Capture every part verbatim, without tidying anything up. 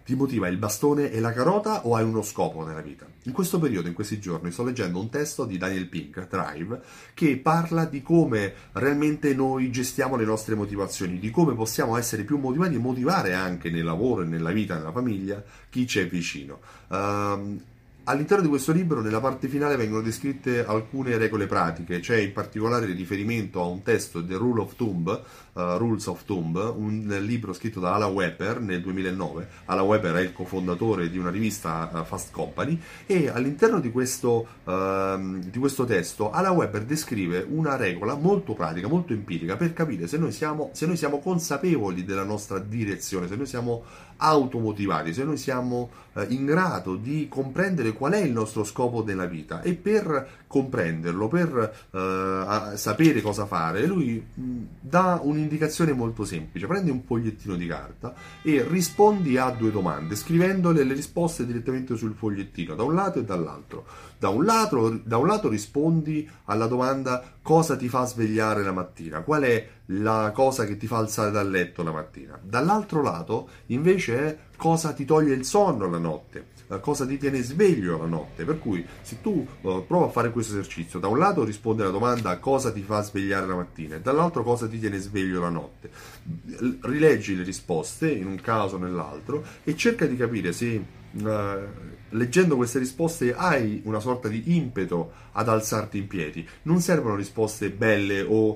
Ti motiva il bastone e la carota o hai uno scopo nella vita? In questo periodo, in questi giorni, sto leggendo un testo di Daniel Pink, Drive, che parla di come realmente noi gestiamo le nostre motivazioni, di come possiamo essere più motivati e motivare anche nel lavoro e nella vita, nella famiglia, chi c'è vicino. Um, All'interno di questo libro, nella parte finale, vengono descritte alcune regole pratiche, c'è in particolare il riferimento a un testo, The Rule of Thumb, uh, Rules of Thumb, un libro scritto da Alan Webber nel duemilanove. Alan Webber è il cofondatore di una rivista, uh, Fast Company, e all'interno di questo, uh, di questo testo Alan Webber descrive una regola molto pratica, molto empirica, per capire se noi siamo, se noi siamo consapevoli della nostra direzione, se noi siamo automotivati, se noi siamo eh, in grado di comprendere qual è il nostro scopo della vita. E per comprenderlo, per eh, sapere cosa fare, lui mh, dà un'indicazione molto semplice: prendi un fogliettino di carta e rispondi a due domande, scrivendole le risposte direttamente sul fogliettino, da un lato e dall'altro. Da un lato, da un lato rispondi alla domanda: cosa ti fa svegliare la mattina? Qual è la cosa che ti fa alzare dal letto la mattina? Dall'altro lato invece è cosa ti toglie il sonno la notte, cosa ti tiene sveglio la notte. Per cui se tu uh, prova a fare questo esercizio, da un lato rispondi alla domanda cosa ti fa svegliare la mattina e dall'altro cosa ti tiene sveglio la notte, rileggi le risposte in un caso o nell'altro e cerca di capire se uh, leggendo queste risposte hai una sorta di impeto ad alzarti in piedi. Non servono risposte belle o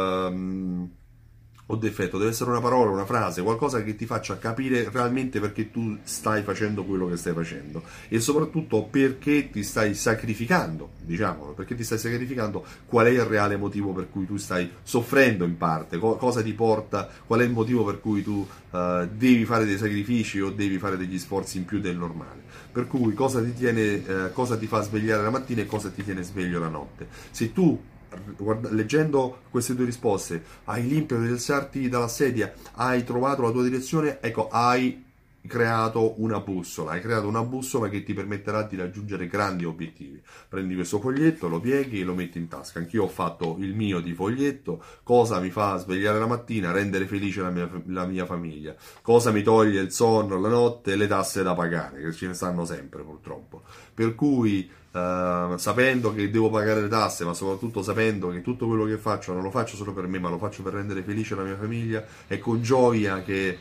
um, o deffetto, deve essere una parola, una frase, qualcosa che ti faccia capire realmente perché tu stai facendo quello che stai facendo e soprattutto perché ti stai sacrificando, diciamolo, perché ti stai sacrificando, qual è il reale motivo per cui tu stai soffrendo in parte, co- cosa ti porta, qual è il motivo per cui tu uh, devi fare dei sacrifici o devi fare degli sforzi in più del normale. Per cui cosa ti tiene, uh, cosa ti fa svegliare la mattina e cosa ti tiene sveglio la notte. Se tu Guarda, leggendo queste due risposte hai l'impeto di alzarti dalla sedia, hai trovato la tua direzione, ecco, hai creato una bussola, hai creato una bussola che ti permetterà di raggiungere grandi obiettivi. Prendi questo foglietto, lo pieghi e lo metti in tasca. Anch'io ho fatto il mio di foglietto: cosa mi fa svegliare la mattina, rendere felice la mia, la mia famiglia, cosa mi toglie il sonno la notte, le tasse da pagare, che ce ne stanno sempre purtroppo. Per cui Uh, sapendo che devo pagare le tasse, ma soprattutto sapendo che tutto quello che faccio non lo faccio solo per me, ma lo faccio per rendere felice la mia famiglia, è con gioia che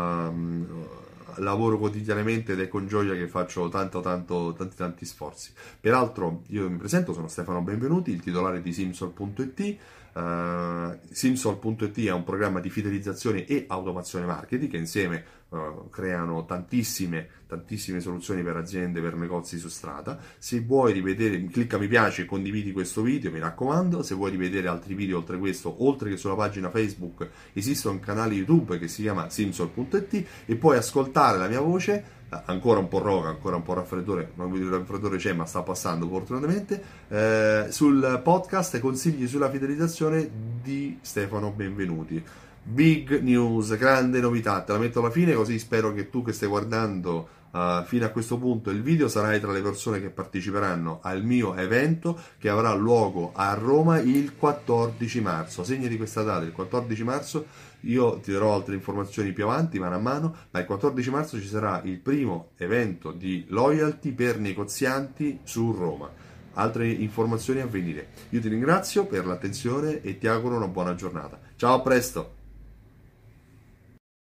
uh, lavoro quotidianamente ed è con gioia che faccio tanto, tanto, tanti, tanti sforzi. Peraltro, io mi presento, sono Stefano Benvenuti, il titolare di Simsol punto it. Uh, Simsol punto it è un programma di fidelizzazione e automazione marketing che insieme uh, creano tantissime, tantissime soluzioni per aziende, per negozi su strada. Se vuoi rivedere, clicca mi piace e condividi questo video, mi raccomando. Se vuoi rivedere altri video oltre questo, oltre che sulla pagina Facebook, esiste un canale YouTube che si chiama Simsol punto it e puoi ascoltare la mia voce, ancora un po' roca, ancora un po' raffreddore, ma il raffreddore c'è, ma sta passando fortunatamente, eh, sul podcast Consigli sulla fidelizzazione di Stefano Benvenuti. Big news, grande novità, te la metto alla fine, così spero che tu che stai guardando uh, fino a questo punto il video sarai tra le persone che parteciperanno al mio evento che avrà luogo a Roma il quattordici marzo. Segnati questa data, il quattordici marzo. Io ti darò altre informazioni più avanti, mano a mano, ma il quattordici marzo ci sarà il primo evento di loyalty per negozianti su Roma. Altre informazioni a venire. Io ti ringrazio per l'attenzione e ti auguro una buona giornata. Ciao, a presto!